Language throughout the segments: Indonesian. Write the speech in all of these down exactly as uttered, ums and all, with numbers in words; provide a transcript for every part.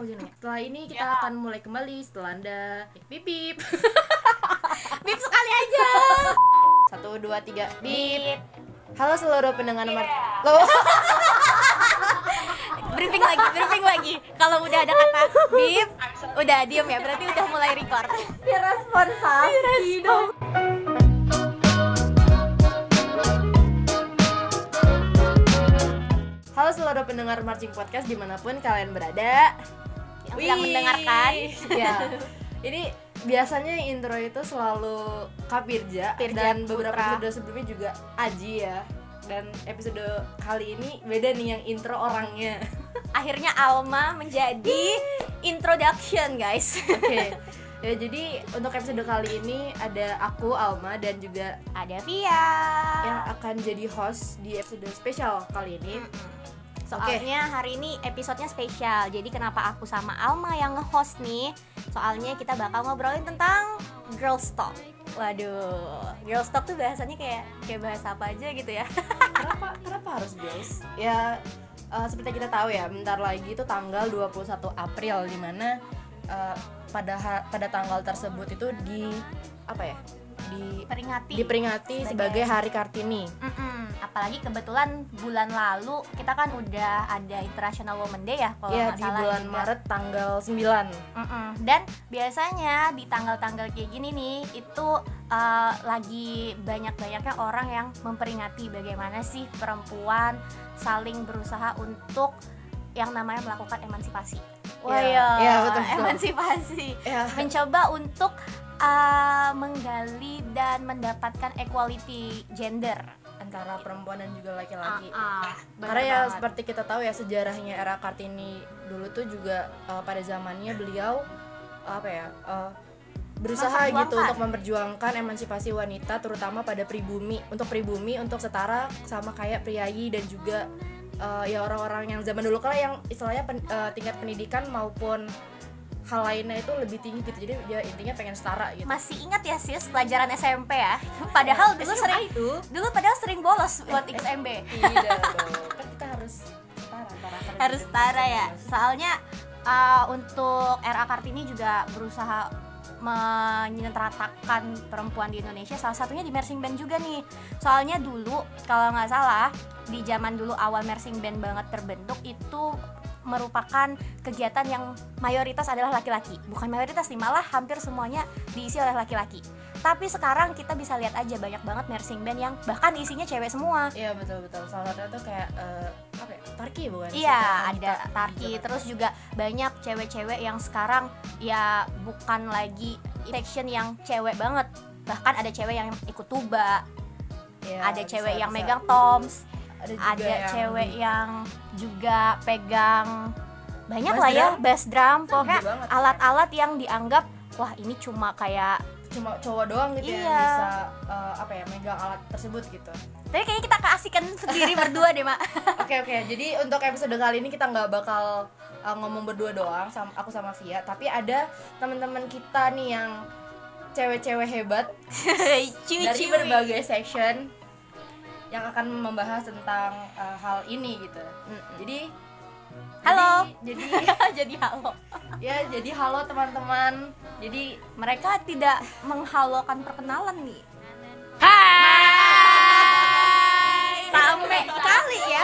nih. Setelah ini kita ya. akan mulai kembali setelah Anda bip bip. Bip sekali aja. Satu, dua, tiga, bip. Halo seluruh pendengar nomor lo. Briefing lagi, briefing lagi. Kalau udah ada kata bip, udah diem ya, berarti udah mulai record. Ya responsasi dong. Halo seluruh pendengar Marching Podcast dimanapun kalian berada yang sedang mendengarkan. Ya, ini biasanya intro itu selalu Kak Pirja, Pirja dan Putra. beberapa episode sebelumnya juga Aji ya. Dan episode kali ini beda nih yang intro orangnya. Akhirnya Alma menjadi introduction, guys. Oke. Okay. Ya, jadi untuk episode kali ini ada aku Alma dan juga ada Via yang akan jadi host di episode spesial kali ini. Soalnya okay. hari ini episodenya spesial. Jadi kenapa aku sama Alma yang nge-host nih? Soalnya kita bakal ngobrolin tentang girls talk. Waduh, girls talk tuh bahasanya kayak kayak bahasa apa aja gitu ya. Kenapa kenapa harus girls? Ya uh, seperti kita tahu ya, bentar lagi itu tanggal dua puluh satu April, di mana uh, pada ha- pada tanggal tersebut itu di apa ya? Diperingati diperingati sebagai, sebagai Hari Kartini. Mm-mm. Apalagi kebetulan bulan lalu kita kan udah ada International Women's Day ya kalau ya, nggak salah. Di bulan juga. Maret tanggal sembilan. Mm-mm. Dan biasanya di tanggal-tanggal kayak gini nih itu uh, lagi banyak-banyaknya orang yang memperingati bagaimana sih perempuan saling berusaha untuk yang namanya melakukan emansipasi. Wah ya, ya betul, betul. Emansipasi. Ya. Mencoba untuk uh, menggali dan mendapatkan equality gender antara perempuan dan juga laki-laki. Uh, uh, Karena ya banget. Seperti kita tahu ya, sejarahnya era Kartini dulu tuh juga uh, pada zamannya beliau uh, apa ya uh, berusaha gitu untuk memperjuangkan emansipasi wanita, terutama pada pribumi, untuk pribumi untuk setara sama kayak priayi dan juga uh, ya orang-orang yang zaman dulu kala yang istilahnya pen, uh, tingkat pendidikan maupun hal lainnya itu lebih tinggi gitu. Jadi ya intinya pengen setara gitu. Masih ingat ya sis pelajaran S M P ya? Padahal dulu S M P sering itu dulu padahal sering bolos buat ikut M B. Iya dong. Kan kita harus setara, setara harus setara ya. Soalnya uh, untuk R A Kartini juga berusaha menyetaratakan perempuan di Indonesia, salah satunya di marching band juga nih. Soalnya dulu kalau nggak salah di zaman dulu awal marching band banget terbentuk itu merupakan kegiatan yang mayoritas adalah laki-laki. Bukan mayoritas nih, malah hampir semuanya diisi oleh laki-laki. Tapi sekarang kita bisa lihat aja banyak banget marching band yang bahkan isinya cewek semua. Iya betul-betul. Salah satunya tuh kayak uh, apa ya? Tarki bukan? Iya, ada Tarki. Terus juga banyak cewek-cewek yang sekarang ya bukan lagi section yang cewek banget. Bahkan ada cewek yang ikut tuba. Ya, ada cewek bisa, yang bisa. megang toms. Ada, ada yang cewek yang juga pegang banyak bass lah ya, drum. bass drum, pokoknya alat-alat yang dianggap wah ini cuma kayak cuma cowok doang gitu. Iya. Yang bisa uh, apa ya megang alat tersebut gitu. Tapi kayaknya kita keasikan sendiri berdua deh mak. Oke oke, jadi untuk episode kali ini kita nggak bakal uh, ngomong berdua doang, sama aku sama Via, tapi ada teman-teman kita nih yang cewek-cewek hebat dari berbagai section yang akan membahas tentang uh, hal ini gitu. Mm-mm. Jadi halo. Jadi jadi halo. Ya, jadi halo teman-teman. Jadi mereka tidak menghalokan perkenalan nih. Hai. Rame sekali ya.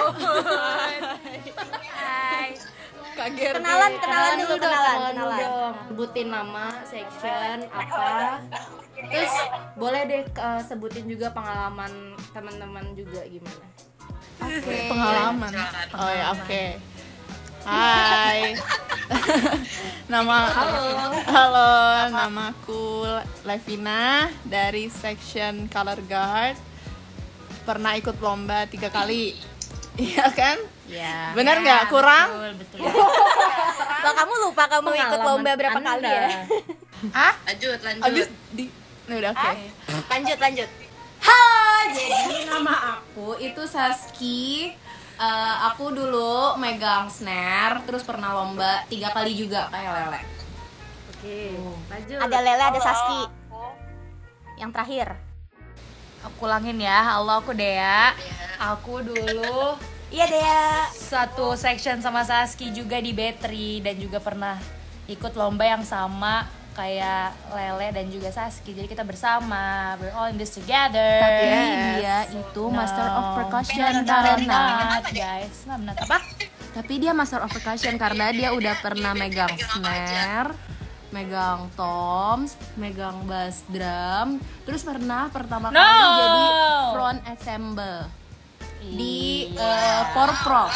Hai. Kaget. Kenalan, kenalan dulu, kenalan, kenalan dong. Sebutin nama, section, apa. Terus boleh deh uh, sebutin juga pengalaman teman-teman juga gimana? Oke. Okay. Pengalaman. Oh ya, oke. Okay. Hai. Nama halo. Halo, namaku Levina dari section Color Guard. Pernah ikut lomba tiga kali. Iya kan? Iya. Benar nggak? Ya, kurang? Betul, betul. Bah, kamu lupa kamu pengalaman ikut lomba berapa anda. kali ya? Ah? Lanjut, lanjut. Abis di Ini udah oke. Okay. Ah? Lanjut, lanjut. Halo, jadi nama aku itu Saski. Uh, aku dulu megang snare, terus pernah lomba tiga kali juga kayak Lele. Oke, lanjut. Ada Lele, ada Saski. Yang terakhir. Aku ulangin ya, halo aku Dea. Aku dulu Iya Dea. Satu section sama Saski juga di B tiga dan juga pernah ikut lomba yang sama kayak Lele dan juga Saski. Jadi kita bersama, we're all in this together. Tapi Yes. dia itu master of percussion Not, karena not, guys. Not, not. Apa? tapi dia master of percussion karena dia udah pernah megang snare, megang toms, megang bass drum, terus pernah pertama No. kali jadi front ensemble di uh, Porprov.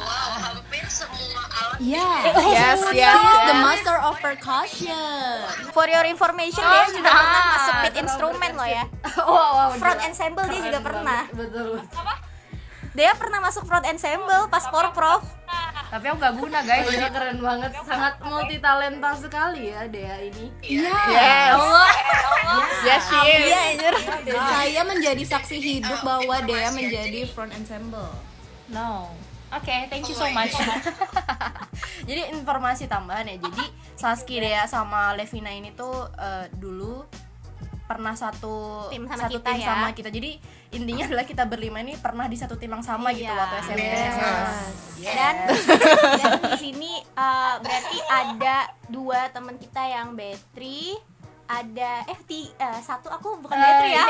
Yeah, Yes, yes, She's the yes. master of percussion. For your information, dia juga pernah masuk beat instrumen loh ya. wow, wow, Front ensemble dia juga pernah. Betul. Dia pernah masuk front ensemble pas Porprov. Tapi aku gak guna, guys. Ini keren banget, sangat multi talenta sekali ya Dea ini. Iya. Yes. Yes, she is. Iya anjir. Saya menjadi saksi hidup bahwa dia menjadi front ensemble. No. Oke, thank you so much. Jadi informasi tambahan ya. Jadi Saski, Dea sama Levina ini tuh eh, dulu pernah satu Tim sama satu kita tim ya. sama kita. Jadi intinya adalah kita berlima ini pernah di satu tim yang sama gitu Iya. waktu S M P. Yes. Dan, dan di sini uh, berarti ada dua teman kita yang B tiga, ada eh ti, eh, satu aku bukan B tiga ya.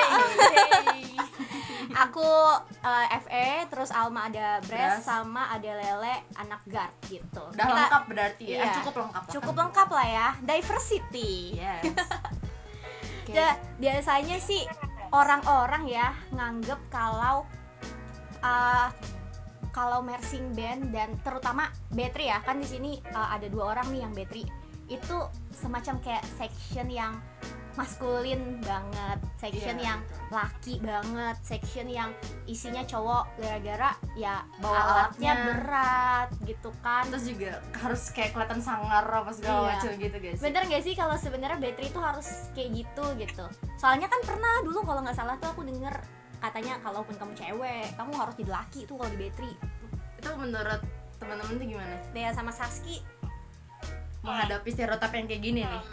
Aku uh, F E, terus Alma ada Bres, Bres. sama ada Lele anak guard gitu. Udah Kita- lengkap berarti ya. Iya. Eh, cukup lengkap. lah. Cukup lengkap lah ya, diversity. Yes. Ya, biasanya sih orang-orang ya nganggep kalau uh, kalau marching band dan terutama B tiga ya, kan di sini uh, ada dua orang nih yang B tiga itu semacam kayak section yang maskulin banget, section Iya. yang laki banget, section yang isinya cowok gara-gara ya Bawa alatnya alatnya. berat gitu kan. Terus juga harus kayak kelihatan sangar apa segala Iya. macam gitu guys. Bener gak sih kalau sebenarnya B tiga itu harus kayak gitu gitu? Soalnya kan pernah dulu kalau nggak salah tuh aku denger katanya kalaupun kamu cewek, kamu harus jadi laki tuh kalau di B tiga. Itu menurut teman-teman tuh gimana? Dea sama Saski, Menghadapi stereotip yang kayak gini nih.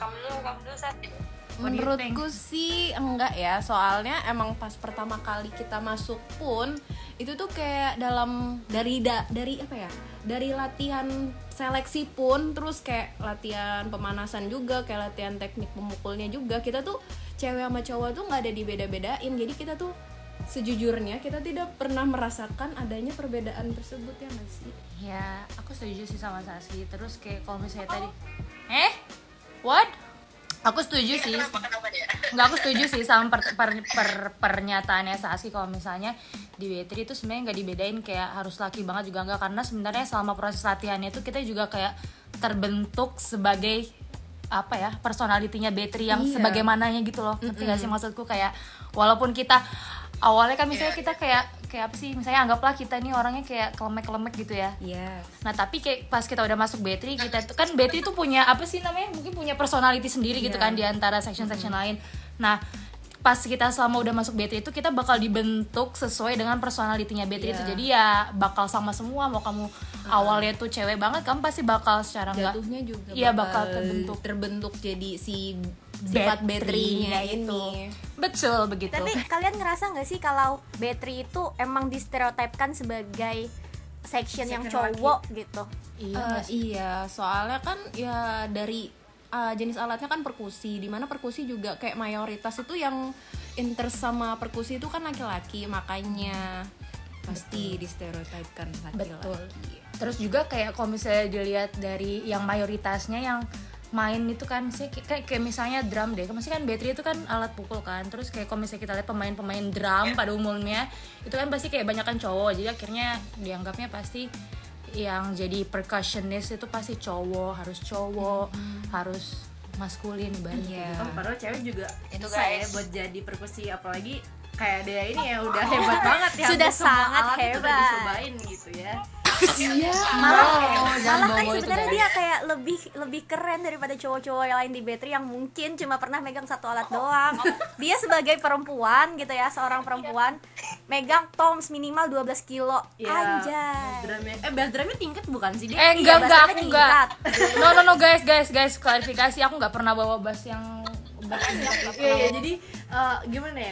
What do you Menurutku sih enggak ya, soalnya emang pas pertama kali kita masuk pun itu tuh kayak dalam dari da, dari apa ya? Dari latihan seleksi pun, terus kayak latihan pemanasan juga, kayak latihan teknik pemukulnya juga, kita tuh cewek sama cowok tuh nggak ada dibeda-bedain. Jadi kita tuh sejujurnya kita tidak pernah merasakan adanya perbedaan tersebut, ya nggak sih? Ya, aku setuju sih sama Saski. Terus kayak kalau misalnya tadi Eh? What? Aku setuju sih. Enggak, aku setuju sih sama per, per, per- pernyataannya Saski kalau misalnya di B tiga itu sebenarnya nggak dibedain kayak harus laki banget juga enggak, karena sebenarnya selama proses latihannya itu kita juga kayak terbentuk sebagai apa ya, personalitinya B tiga yang Iya. sebagaimananya gitu loh. Ngerti gak sih maksudku? Kayak walaupun kita awalnya kan misalnya kita kayak kayak apa sih, misalnya anggaplah kita ini orangnya kayak kelemek-kelemek gitu ya. Iya. Nah tapi kayak pas kita udah masuk B tiga, kita tuh kan B tiga tuh punya apa sih namanya, mungkin punya personality sendiri gitu kan di antara section-section lain. Nah pas kita selama udah masuk B tiga itu kita bakal dibentuk sesuai dengan personalitinya B tiga itu. Jadi ya bakal sama semua, mau kamu awalnya tuh cewek banget, kamu pasti bakal secara enggak Jatuhnya juga iya bakal terbentuk terbentuk jadi si sifat B tiga-nya ini. betul begitu. tapi kalian ngerasa nggak sih kalau B tiga itu emang distereotipkan sebagai section yang cowok gitu? Iya Eh, nggak sih? iya, soalnya kan ya dari uh, jenis alatnya kan perkusi, dimana perkusi juga kayak mayoritas itu yang interest sama perkusi itu kan laki-laki, makanya pasti distereotipkan laki-laki. Betul. Terus juga kayak kalau misalnya dilihat dari yang mayoritasnya yang main itu kan sih kayak, kayak misalnya drum deh, masih kan B tiga itu kan alat pukul kan. Terus kayak kalau misalnya kita lihat pemain-pemain drum pada umumnya itu kan pasti kayak banyak kan cowok, jadi akhirnya dianggapnya pasti yang jadi percussionist itu pasti cowok, harus cowok, harus maskulin ibaratnya. Iya. Kan padahal cewek juga bisa ya buat jadi perkusi, apalagi kayak Dea ini ya udah hebat banget ya. Sudah Hampir semua sangat alat itu udah hebat. dicobain gitu ya. Iya. Malah, jangan malah kan bawa itu, sebenarnya guys. dia kayak lebih lebih keren daripada cowok-cowok yang lain di B tiga yang mungkin cuma pernah megang satu alat doang. Dia sebagai perempuan gitu ya, seorang perempuan megang toms minimal dua belas kilo. Iya. Anjay. Drumnya, eh bass drumnya tingkat bukan sih dia? Eh enggak Iya, enggak bass aku drumnya enggak. tingkat. No no no guys guys guys klarifikasi, aku nggak pernah bawa bass yang bass tingkat itu. Iya, iya, jadi eh, gimana ya?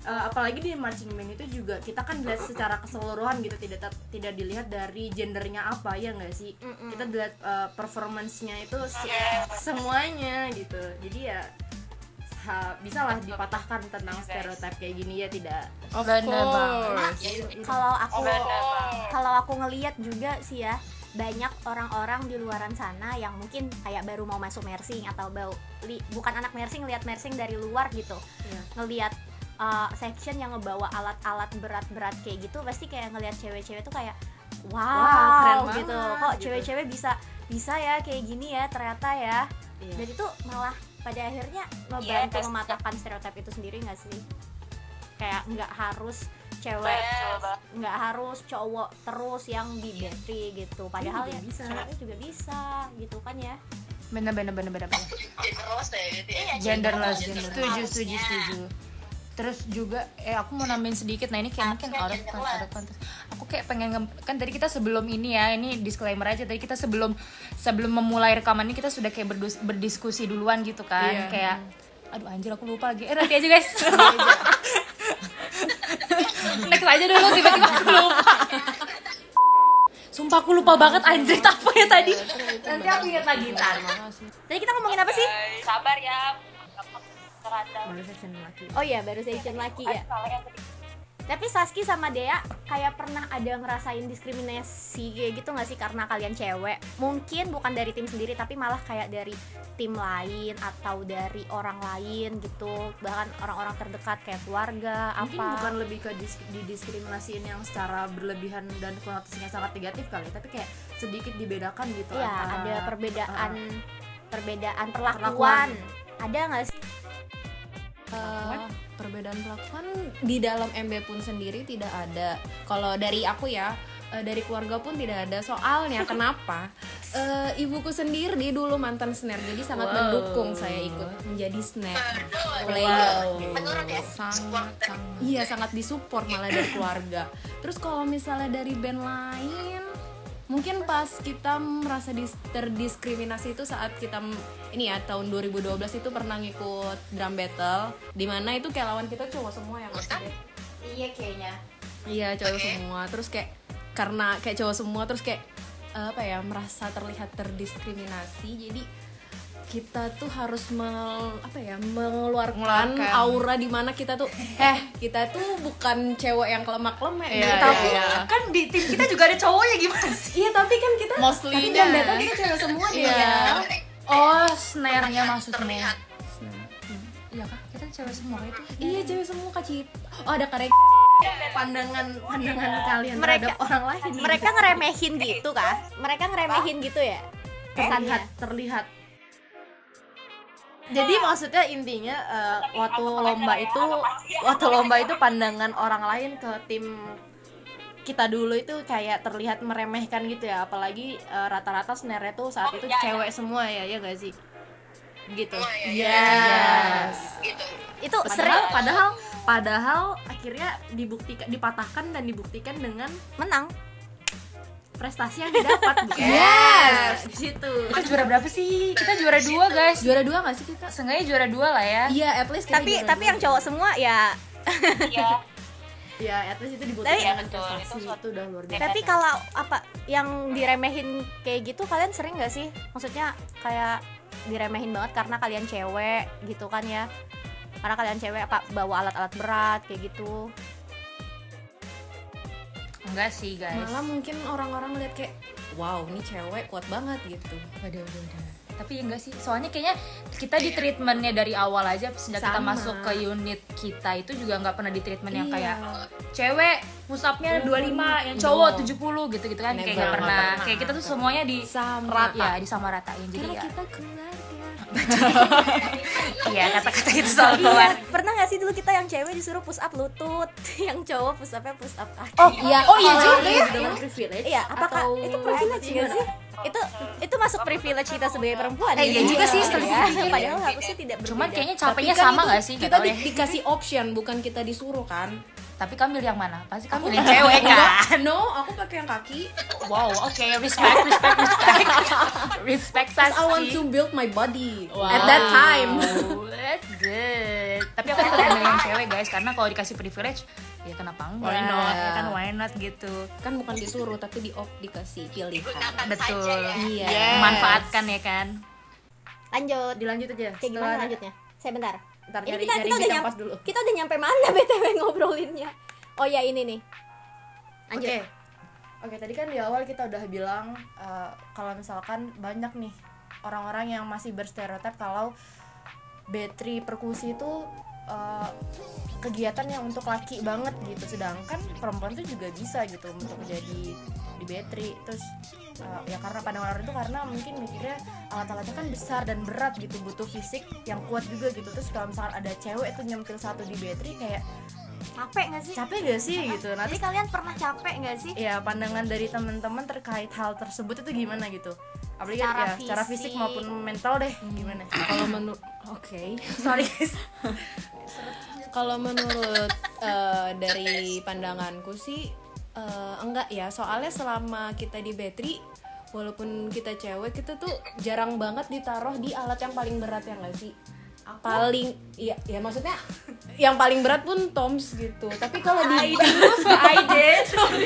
uh, apalagi di marching band itu juga kita kan dilihat secara keseluruhan gitu, tidak tidak dilihat dari gendernya apa, ya nggak sih? Mm-mm. Kita dilihat uh, performance-nya itu se- semuanya gitu. Jadi ya ha, bisa lah dipatahkan tentang stereotip kayak gini ya, tidak. Of course. Kalau aku kalau aku ngelihat juga sih ya, banyak orang-orang di luaran sana yang mungkin kayak baru mau masuk mersing atau bau li, bukan anak mersing, lihat mersing dari luar gitu, yeah. ngelihat uh, section yang ngebawa alat-alat berat-berat kayak gitu, pasti kayak ngelihat cewek-cewek tuh kayak wow, wow keren gitu, kok gitu. Cewek-cewek bisa bisa ya kayak gini ya ternyata ya, yeah. Dan itu malah pada akhirnya ngebantu yeah, mematahkan stereotip itu sendiri nggak sih? Kayak nggak harus cewek, nggak harus cowok terus yang di battery gitu, padahal ya bisa. Ceweknya juga bisa gitu kan ya. Bener bener bener bener bener. Genderless ya gitu ya. Genderless, setuju setuju setuju. Terus juga eh aku mau nambahin sedikit, nah ini kayak mungkin out of out of context. Aku kayak pengen nge- kan tadi kita sebelum ini ya, ini disclaimer aja, tadi kita sebelum sebelum memulai rekaman ini kita sudah kayak berdus- berdiskusi duluan gitu kan, yeah. Kayak aduh anjir aku lupa lagi. Eh nanti aja guys. Next aja dulu, tiba-tiba aku lupa. Sumpah aku lupa banget anjir apa ya tadi. Nanti aku ingat lagi ntar. Tadi kita ngomongin apa sih? Sabar ya. Baru section laki. Oh iya, baru section laki ya. Tapi Saski sama Dea kayak pernah ada ngerasain diskriminasi kayak gitu nggak sih karena kalian cewek? Mungkin bukan dari tim sendiri tapi malah kayak dari tim lain atau dari orang lain gitu, bahkan orang-orang terdekat kayak keluarga. Mungkin apa? bukan lebih ke dis- didiskriminasiin yang secara berlebihan dan konotasinya sangat negatif kali, tapi kayak sedikit dibedakan gitu. Iya, antara, ada perbedaan uh, perbedaan perlakuan. perlakuan. Ada nggak sih? Uh, perbedaan perlakuan di dalam M B pun sendiri tidak ada. Kalau dari aku ya, uh, dari keluarga pun tidak ada. Soalnya kenapa? Uh, ibuku sendiri dulu mantan snare, jadi sangat wow. mendukung saya ikut menjadi snare player. Menurut ya, sangat, sangat, iya sangat disupport malah dari keluarga. Terus kalau misalnya dari band lain, mungkin pas kita merasa dis- terdiskriminasi itu saat kita ini ya tahun dua ribu dua belas itu pernah ngikut drum battle, dimana itu kayak lawan kita cowok semua yang masih. Iya kayaknya. Iya cowok semua, terus kayak karena kayak cowok semua terus kayak uh, apa ya merasa terlihat terdiskriminasi, jadi kita tuh harus mel, apa ya mengeluarkan Mengeluarkan. aura di mana kita tuh eh kita tuh bukan cewek yang kelemak-lemek yeah, gitu. Tapi yeah, yeah. Kan di tim kita juga ada cowoknya gimana sih? Iya tapi kan kita Mostly tapi kan data kita cewek semua yeah. ya. Oh snare-nya maksudnya. Iya kah? Kita cewek semua itu? Iya cewek semua Kak Cip. Oh ada karek. pandangan pandangan kalian Mereka- terhadap orang lain. Mereka ngeremehin gitu kah? Mereka ngeremehin gitu ya? Kesannya. terlihat terlihat. Jadi maksudnya intinya uh, waktu lomba itu waktu lomba itu pandangan orang lain ke tim kita dulu itu kayak terlihat meremehkan gitu ya, apalagi uh, rata-rata snare-nya tuh saat itu cewek semua ya, ya gak sih? Gitu. Yes. Gitu. Itu sering Padahal padahal padahal akhirnya dibuktikan dipatahkan dan dibuktikan dengan menang. prestasi yang didapat. Yes. Di situ. Kita juara berapa sih? Kita juara dua guys. Juara dua nggak sih kita? Seenggaknya juara dua lah ya. Iya at least kita Tapi juara tapi dua. yang cowok semua ya. Iya. Ya, at least itu dibuktikan Tapi- dengan Betul, prestasi. itu Itu, suatu- udah luar biasa. Tapi kalau apa yang diremehin kayak gitu kalian sering nggak sih? Maksudnya kayak diremehin banget karena kalian cewek gitu kan ya? Karena kalian cewek apa bawa alat-alat berat kayak gitu. Enggak sih guys. Malah mungkin orang-orang ngeliat kayak wow ini cewek kuat banget gitu. Waduh, waduh, waduh. Tapi ya enggak sih, soalnya kayaknya kita di treatmentnya dari awal aja sejak kita Sama. masuk ke unit kita itu juga nggak pernah di treatment yang Iya. kayak cewek push up-nya dua puluh lima, yang Iya. cowok tujuh puluh gitu-gitu kan, Never. kayak nggak pernah. Pernah. Kayak kita tuh semuanya di Sama. ya disamaratain. Jadi Karena ya kita keluarga. iya kata-kata itu selalu keluar. Iya, pernah nggak sih dulu kita yang cewek disuruh push up lutut, yang cowok push up-nya push up kaki? Oh iya, oh iya Kalau juga ya. dengan privilege. Iya, apakah atau itu privilege nggak sih? Itu itu masuk privilege kita sebagai perempuan. Eh, iya juga sih, setelah ya. dipikir. Padahal harusnya tidak berbeda. Cuman kayaknya Tapi capeknya kan sama itu nggak sih? Kita Nggak tahu di- deh. dikasih option bukan kita disuruh kan. Tapi kamu milih yang mana? Pasti kamu milih yang cewek kan? No, aku pakai yang kaki. Wow, oke, okay. respect, respect, respect, respect I want Saski. to build my body Wow. at that time. That's good. Tapi aku tetap milih yang cewek guys, karena kalau dikasih privilege, ya kenapa enggak? Why not? Ya kan why not gitu. Kan bukan disuruh tapi di op dikasih pilihan. Gunakan Betul. saja ya. Iya. Yes. Manfaatkan ya kan. Lanjut. Dilanjut aja. Kayak gimana lanjutnya? Saya bentar. Ntar Ini nyari, kita nyari kita beat udah yang nyampe pas dulu. kita udah nyampe mana B T W ngobrolinnya? Oh ya ini nih. Lanjut. Oke. Oke, tadi kan di awal kita udah bilang uh, kalau misalkan banyak nih orang-orang yang masih berstereotip kalau battery perkusi itu uh, kegiatan yang untuk laki banget gitu, sedangkan perempuan tuh juga bisa gitu untuk jadi di battery. Terus uh, ya karena pandangan orang itu karena mungkin mikirnya alat-alatnya kan besar dan berat gitu, butuh fisik yang kuat juga gitu. Terus kalau misalkan ada cewek tuh nyempil satu di battery kayak Capek nggak sih? capek gak sih gitu. Nanti Jadi kalian pernah capek nggak sih? ya pandangan dari teman-teman terkait hal tersebut itu gimana gitu, apalagi kan Secara ya secara fisik fisik. maupun mental deh gimana. Kalau menurut oke. Sorry guys. Kalau menurut eh, dari pandanganku sih eh, enggak ya, soalnya selama kita di battery, walaupun kita cewek, kita tuh jarang banget ditaruh di alat yang paling berat ya nggak sih? Paling iya ya maksudnya yang paling berat pun toms gitu. Tapi kalau di I did,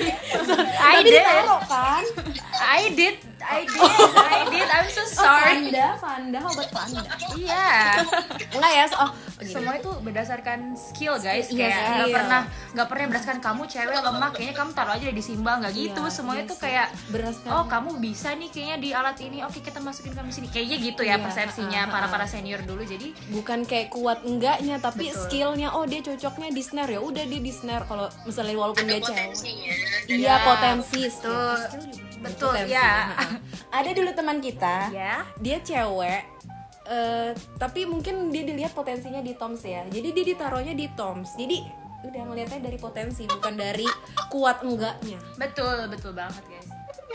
I tapi did, ditaruh kan? I did, I did, I did. I'm so sorry. Panda, panda, obat panda. Iya. Enggak ya, so, oh, gini. Semua itu berdasarkan skill guys, Iya, kayak nggak skill. pernah nggak pernah berdasarkan kamu cewek lemah, kayaknya kamu taruh aja di simbal, nggak gitu. Iya, Semuanya iya tuh sih. kayak Berdasarkan- oh kamu bisa nih kayaknya di alat ini, oke kita masukin kamu sini, kayaknya gitu ya Iya, persepsinya uh, uh, para uh. para senior dulu. Jadi Bukan kayak kuat enggaknya, tapi Betul. skillnya. Oh dia cocoknya di snare, ya udah dia di snare. Kalau misalnya walaupun dia cewek, Potensinya. iya Ya, potensi. betul. Skill juga Betul, potensi. ya. Heeh. Ada dulu teman kita, ya dia cewek, eh, tapi mungkin dia dilihat potensinya di toms ya. Jadi dia ditaruhnya di toms. Jadi udah ngelihatnya dari potensi, bukan dari kuat enggaknya. betul betul banget guys.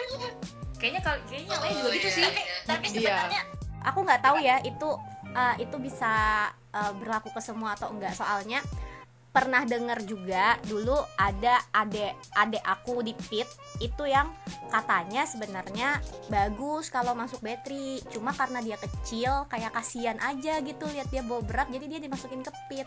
Kayaknya kalau kayaknya yang lain juga gitu sih. Tapi, tapi sebenarnya Aku nggak tahu ya itu uh, itu bisa uh, berlaku ke semua atau enggak. Soalnya pernah dengar juga dulu ada adek adek aku di pit itu yang katanya sebenarnya bagus kalau masuk battery, cuma karena dia kecil kayak kasihan aja gitu lihat dia bawa berat, jadi dia dimasukin ke pit.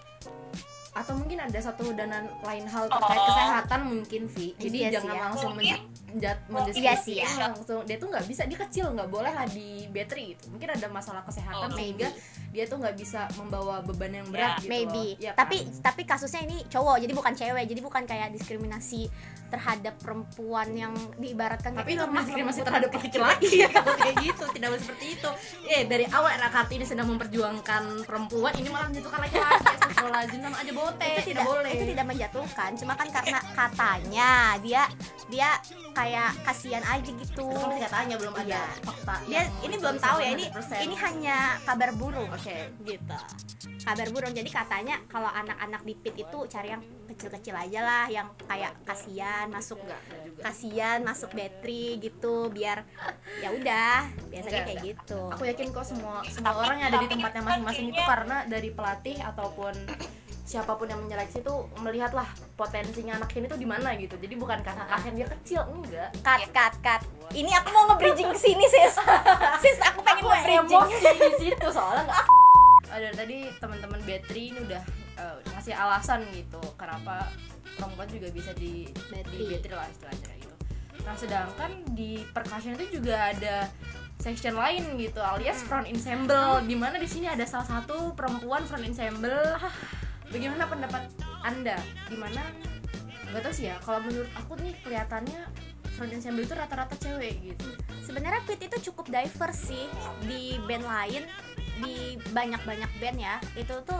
Atau mungkin ada satu dan lain hal terkait kesehatan mungkin Vi, jadi Iya sih jangan ya. langsung Mungkin. menjat Iya mendiskusikan sih ya. langsung dia tuh nggak bisa, dia kecil nggak boleh lah di battery gitu. Mungkin ada masalah kesehatan Oh, sehingga dia tuh nggak bisa membawa beban yang berat gitu Maybe. loh. Ya kan? Tapi tapi kasusnya ini cowok, jadi bukan cewek, jadi bukan kayak diskriminasi terhadap perempuan yang diibaratkan tapi kayak itu diskriminasi terhadap laki-laki ya kalau kayak gitu, tidak boleh seperti itu. Eh dari awal era Kartini sedang memperjuangkan perempuan, ini malah menjatuhkan laki-laki. Astagfirullahaladzim, sama aja bote, itu tidak boleh. itu tidak menjatuhkan, cuma kan karena katanya dia dia kayak kasihan aja gitu. Itu kan masih katanya, belum ada Iya. fakta. Dia yang ini belum tahu ya, ini seratus persen. ini hanya kabar burung. Oke. Gitu. Kabar burung. Jadi katanya kalau anak-anak di pit itu cari yang kecil-kecil aja lah, yang kayak kasihan masuk Enggak, enggak juga. kasihan masuk battery gitu, biar ya udah biasanya Enggak, kayak gitu. Aku yakin kok semua semua orang yang ada di tempatnya masing-masing itu karena dari pelatih ataupun siapapun yang menyeleksi tuh melihatlah potensinya anak ini tuh di mana gitu. Jadi bukan karena kasihan dia kecil, enggak. Cut cut cut. Ini aku mau nge-bridging ke sini, sis. Sis, aku pengen Aku nge-bridging. emosi di situ soalnya enggak. Ada tadi teman-teman battery ini udah eh, udah ngasih alasan gitu kenapa perempuan juga bisa di di Battery. battery lah istilahnya gitu. Nah, sedangkan di percussion itu juga ada section lain gitu alias front ensemble, di mana di sini ada salah satu perempuan front ensemble. Hah, bagaimana pendapat Anda? Dimana nggak tahu sih ya, kalau menurut aku nih kelihatannya front ensemble itu rata-rata cewek gitu. Sebenarnya pit itu cukup diverse sih, di band lain, di banyak-banyak band ya itu tuh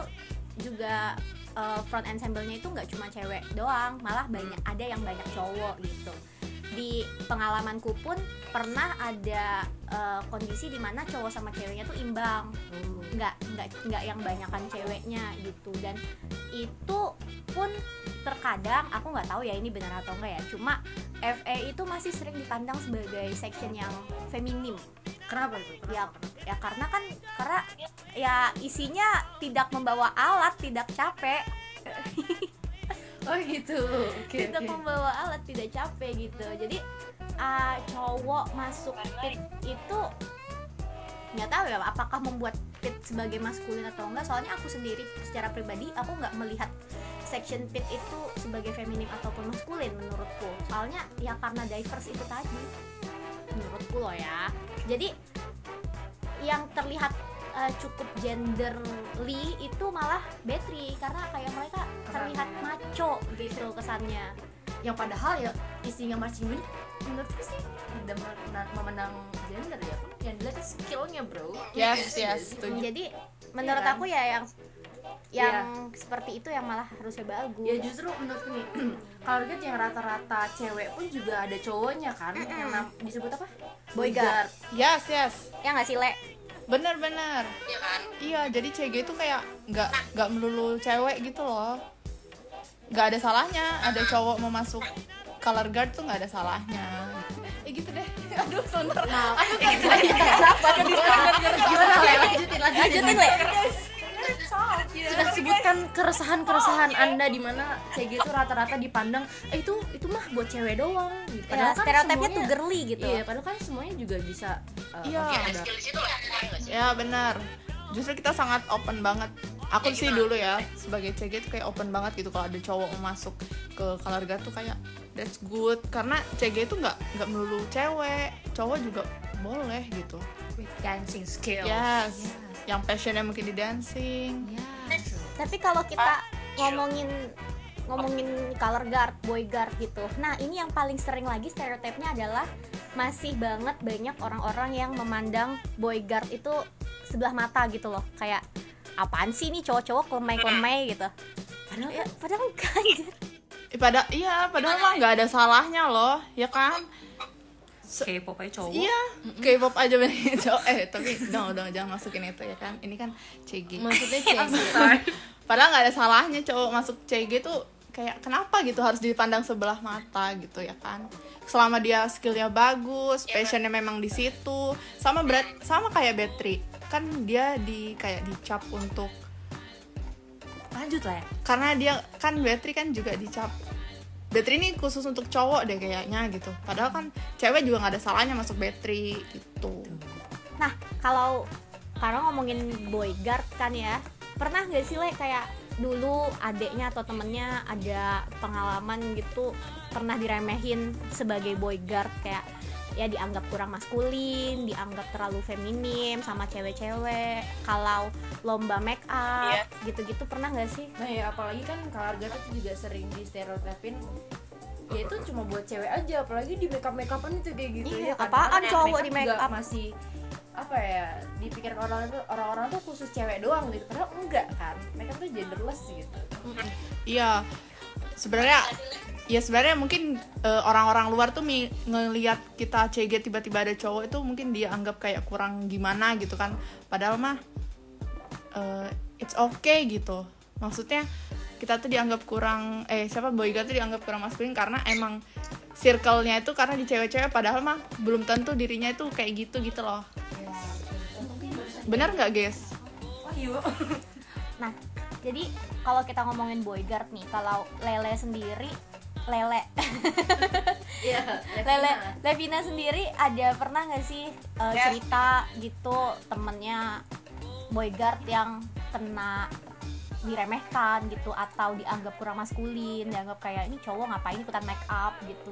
juga uh, front ensemble-nya itu nggak cuma cewek doang, malah banyak ada yang banyak cowok gitu. Di pengalamanku pun pernah ada uh, kondisi dimana cowok sama ceweknya tuh imbang, nggak nggak nggak yang banyakan ceweknya gitu. Dan itu pun terkadang aku nggak tahu ya ini benar atau enggak ya, cuma F A itu masih sering dipandang sebagai section yang feminim. Kenapa itu? Ya, Kenapa? ya karena kan karena ya isinya tidak membawa alat, tidak capek. Oh gitu. Oke. Untuk membawa alat tidak capek gitu. Jadi uh, cowok masuk pit itu nggak tahu ya apakah membuat pit sebagai maskulin atau enggak. Soalnya aku sendiri secara pribadi aku nggak melihat section pit itu sebagai feminim ataupun maskulin menurutku. Soalnya ya karena diverse itu tadi menurutku loh ya. Jadi yang terlihat uh, cukup genderly itu malah Betri karena kayak mereka terlihat maco gitu kesannya. Yang padahal ya isinya marching band menurutku sih tidak memandang, memandang gender ya, yang dilihat skillnya bro. Yes, yes, setuju. Jadi menurut Iya kan? aku ya yang yang seperti itu yang malah harusnya bagus. Ya justru menurutku nih kalau lihat yang rata-rata cewek pun juga ada cowoknya kan, yang nam- disebut apa? Boyguard. Yes, yes. Ya nggak sih Le? Bener-bener. Iya kan? Iya, jadi C G itu kayak nggak nggak melulu cewek gitu loh. Nggak ada salahnya ada cowok mau masuk color guard tuh nggak ada salahnya. Eh gitu deh. Aduh, sebentar. Aku nggak bisa. Kenapa? Gimana Le? Lanjutin, lanjutin. Lanjutin Le. Sudah sebutkan keresahan-keresahan Anda di mana C G itu rata-rata dipandang eh itu itu mah buat cewek doang gitu. Ya, stereotipnya tuh semuanya- girly gitu. Iya, padahal kan semuanya juga bisa uh, Iya. maksudnya Ada ada skill di situ lah. Iya nggak sih? Ya benar. Justru kita sangat open banget. Aku sih dulu ya sebagai C G itu kayak open banget gitu kalau ada cowok mau masuk ke color guard tuh kayak that's good karena C G itu nggak nggak melulu cewek, cowok juga boleh gitu. With dancing skills. Yes. Yang passionnya mungkin di dancing. Tapi kalau kita ngomongin ngomongin color guard, boy guard gitu. Nah, ini yang paling sering lagi stereotipnya adalah masih banget banyak orang-orang yang memandang boy guard itu sebelah mata gitu loh. Kayak apaan sih nih cowok-cowok lemai-lemai gitu. Padahal ya, padahal enggak anjir. Eh, pada iya, padahal mah nggak ada salahnya loh, ya kan? K-pop aja cowok. Iya, K-pop aja banyak cowok. Eh, tapi no, no, jangan masukin itu ya kan. Ini kan C G. Maksudnya C G. Padahal nggak ada salahnya cowok masuk C G tuh kayak kenapa gitu harus dipandang sebelah mata gitu ya kan. Selama dia skillnya bagus, passionnya memang di situ. Sama berat, sama kayak Betri. Kan dia di kayak dicap untuk Lanjut lah ya. karena dia kan Betri kan juga dicap Betri ini khusus untuk cowok deh kayaknya gitu. Padahal kan cewek juga nggak ada salahnya masuk Betri gitu. Nah, kalau karena ngomongin boy guard kan ya, pernah nggak sih Le kayak dulu adeknya atau temennya ada pengalaman gitu pernah diremehin sebagai boy guard kayak ya dianggap kurang maskulin, dianggap terlalu feminim sama cewek-cewek. Kalau lomba make up Iya. gitu-gitu pernah nggak sih? Nah ya apalagi kan color guard itu juga sering di stereotipin ya itu cuma buat cewek aja, apalagi di makeup makeupan itu kayak gitu Iya, ya kan. apaan Karena cowok di makeup juga makeup? masih apa ya dipikir orang itu orang-orang tuh khusus cewek doang gitu, padahal enggak kan, makeup tuh genderless gitu. Iya, sebenarnya ya sebenarnya mungkin eh, orang-orang luar tuh mi- ngelihat kita C G tiba-tiba ada cowok itu mungkin dia anggap kayak kurang gimana gitu kan. Padahal mah eh, it's okay gitu. Maksudnya kita tuh dianggap kurang eh siapa boyguard tuh dianggap kurang maskulin karena emang circle-nya itu karena di cewek-cewek padahal mah belum tentu dirinya itu kayak gitu gitu loh. Benar nggak guys? Nah, jadi kalau kita ngomongin boy guard nih, kalau Lele sendiri, Lele, Iya, Lele, Levina sendiri ada pernah nggak sih uh, cerita gitu temennya boy guard yang kena diremehkan gitu atau dianggap kurang maskulin, dianggap kayak ini cowok ngapain ikutan make up gitu?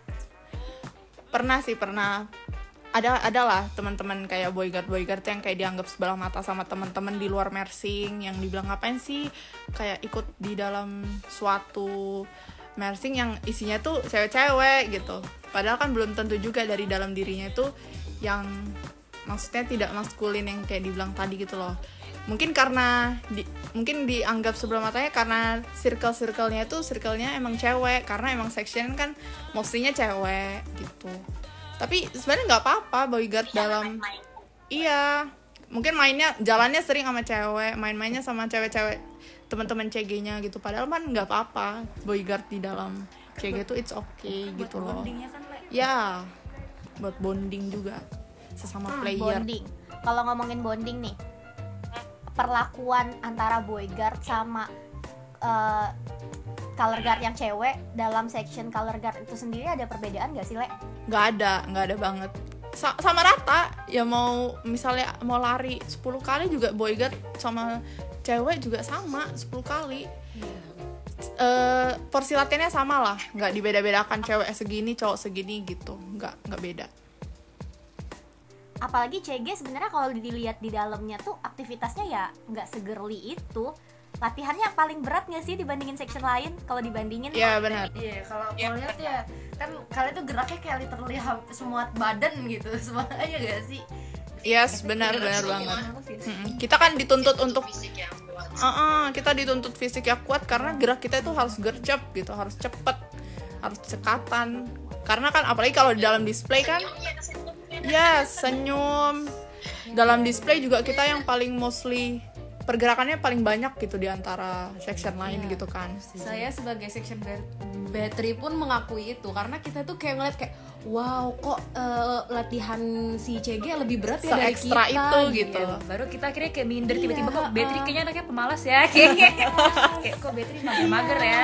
Pernah sih pernah ada adalah teman-teman kayak boyguard boyguard yang kayak dianggap sebelah mata sama teman-teman di luar mersing yang dibilang ngapain sih kayak ikut di dalam suatu mersing yang isinya tuh cewek-cewek gitu, padahal kan belum tentu juga dari dalam dirinya itu yang maksudnya tidak maskulin yang kayak dibilang tadi gitu loh. Mungkin karena di, mungkin dianggap sebelah matanya karena circle-circle-nya itu circle-nya emang cewek karena emang section kan mostly-nya cewek gitu. Tapi sebenarnya nggak apa-apa boyguard dalam iya mungkin mainnya jalannya sering sama cewek, main-mainnya sama cewek-cewek teman-teman C G-nya gitu, padahal kan nggak apa-apa boyguard di dalam C G itu it's okay Buat gitu loh. bondingnya kan Le. Ya buat bonding juga sesama Hmm, player. bonding. Kalau ngomongin bonding nih, perlakuan antara boy guard sama uh, color guard yang cewek dalam section color guard itu sendiri ada perbedaan gak sih, Le? Nggak ada, nggak ada banget. Sa- sama rata. Ya mau misalnya mau lari sepuluh kali juga bodyguard sama cewek juga sama sepuluh kali. Uh, porsi latihannya sama lah, nggak dibeda-bedakan cewek segini cowok segini gitu, nggak nggak beda. Apalagi C G sebenarnya kalau dilihat di dalamnya tuh aktivitasnya ya nggak segerli itu. Latihannya paling berat nggak sih dibandingin section lain? Kalau dibandingin Iya benar. Iya, kalau aku lihat ya kan kalian tuh geraknya kayak literally hampir semua badan gitu, semuanya gak sih? Yes, benar benar banget. Mm-mm. Kita kan dituntut untuk fisik yang kuat. Uh-uh, kita dituntut fisik yang kuat karena gerak kita itu harus gercep gitu, harus cepet, harus cekatan. Karena kan apalagi kalau di dalam display kan, ya senyum. Dalam display juga kita yang paling mostly pergerakannya paling banyak gitu di antara section lain gitu kan. Saya sebagai section battery pun mengakui itu karena kita tuh kayak ngeliat kayak wow kok uh, latihan si C G lebih berat ya dari kita Se-ekstra itu gitu. Baru kita akhirnya kayak minder, tiba-tiba Iya, kok Betri uh. kayaknya anaknya pemalas ya, kayaknya kayak kok Betri mager-mager ya.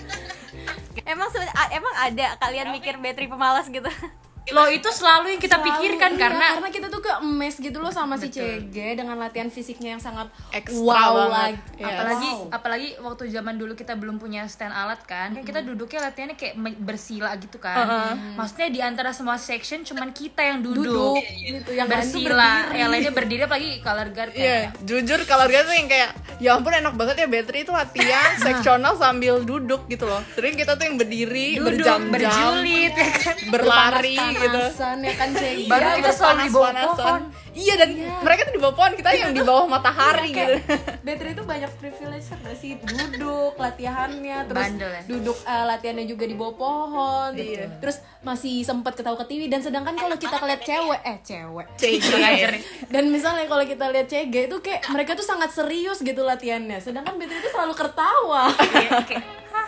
emang seben- a- emang ada kalian mikir battery pemalas gitu? Loh itu selalu yang kita Selalu, pikirkan iya, karena karena kita tuh ke emes gitu loh sama si C G dengan latihan fisiknya yang sangat Ekstra wow banget. lagi. Iya. apalagi Wow. apalagi waktu zaman dulu kita belum punya stand alat kan, kan kita duduknya latihannya kayak me- bersila gitu kan. Maksudnya di antara semua section cuman kita yang duduk, Duduk gitu yang lain tuh bersila, berdiri. yang lainnya berdiri apalagi color guard kan. Iya, jujur kalau gitu yang kayak ya ampun enak banget ya battery itu latihan seksional sambil duduk gitu loh. Sering kita tuh yang berdiri Duduk berjam-jam, berjulit ya kan. berlari gitu. Panasan ya kan C G. Baru Iya, kita selalu di bawah berpanas-panasan. pohon. Iya dan mereka tuh di bawah pohon, kita yang di bawah matahari gitu. Battery itu banyak privilege nggak sih, duduk latihannya terus Bandel ya? duduk eh, latihannya juga di bawah pohon gitu. Iya. Terus masih sempat ketawa ke T V dan sedangkan kalau kita ngeliat cewek eh cewek C G. dan misalnya kalau kita lihat C G itu kayak mereka tuh sangat serius gitu latihannya sedangkan Battery itu selalu ketawa. Iya, kayak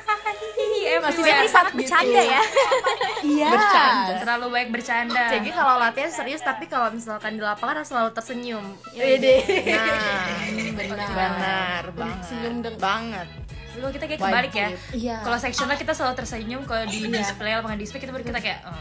Eh, masih Everywhere. sangat Gitu. bercanda ya. Iya. terlalu baik bercanda. C G kalau latihan serius tapi kalau misalkan di lapangan harus selalu tersenyum. Iya. Nah, Benar. benar banget. Senyum deng- banget. Dulu kita kayak kebalik ya. Iya. Kalau sectional kita selalu tersenyum, kalau di display lapangan display kita baru kita kayak oh.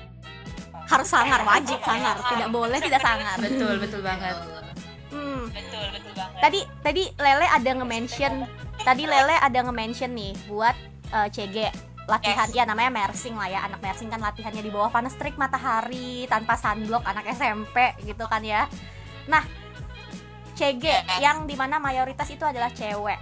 Harus sangar, wajib sangar. Tidak boleh tidak sangar. betul betul banget. Hmm. Betul, betul banget. Tadi tadi Lele ada nge-mention, tadi Lele ada nge-mention nih buat eh, C G latihan ya namanya mersing lah ya, anak mersing kan latihannya di bawah panas terik matahari tanpa sunblock, anak S M P gitu kan ya. Nah, C G yang dimana mayoritas itu adalah cewek,